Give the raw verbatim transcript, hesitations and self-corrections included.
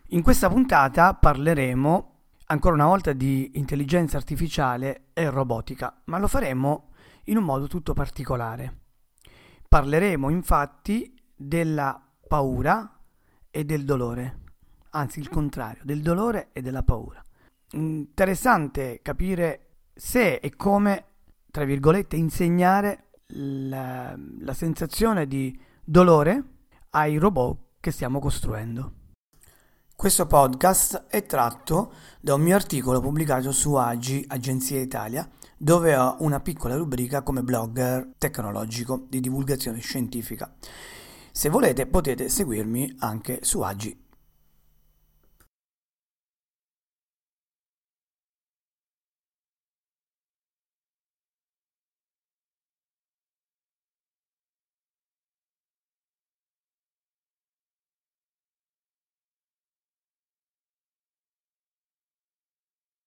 In questa puntata parleremo ancora una volta di intelligenza artificiale e robotica, ma lo faremo in un modo tutto particolare. Parleremo infatti della paura e del dolore, anzi il contrario, del dolore e della paura. Interessante capire se e come, tra virgolette, insegnare la, la sensazione di dolore ai robot che stiamo costruendo. Questo podcast è tratto da un mio articolo pubblicato su Agi, Agenzia Italia, dove ho una piccola rubrica come blogger tecnologico di divulgazione scientifica. Se volete potete seguirmi anche su Agi.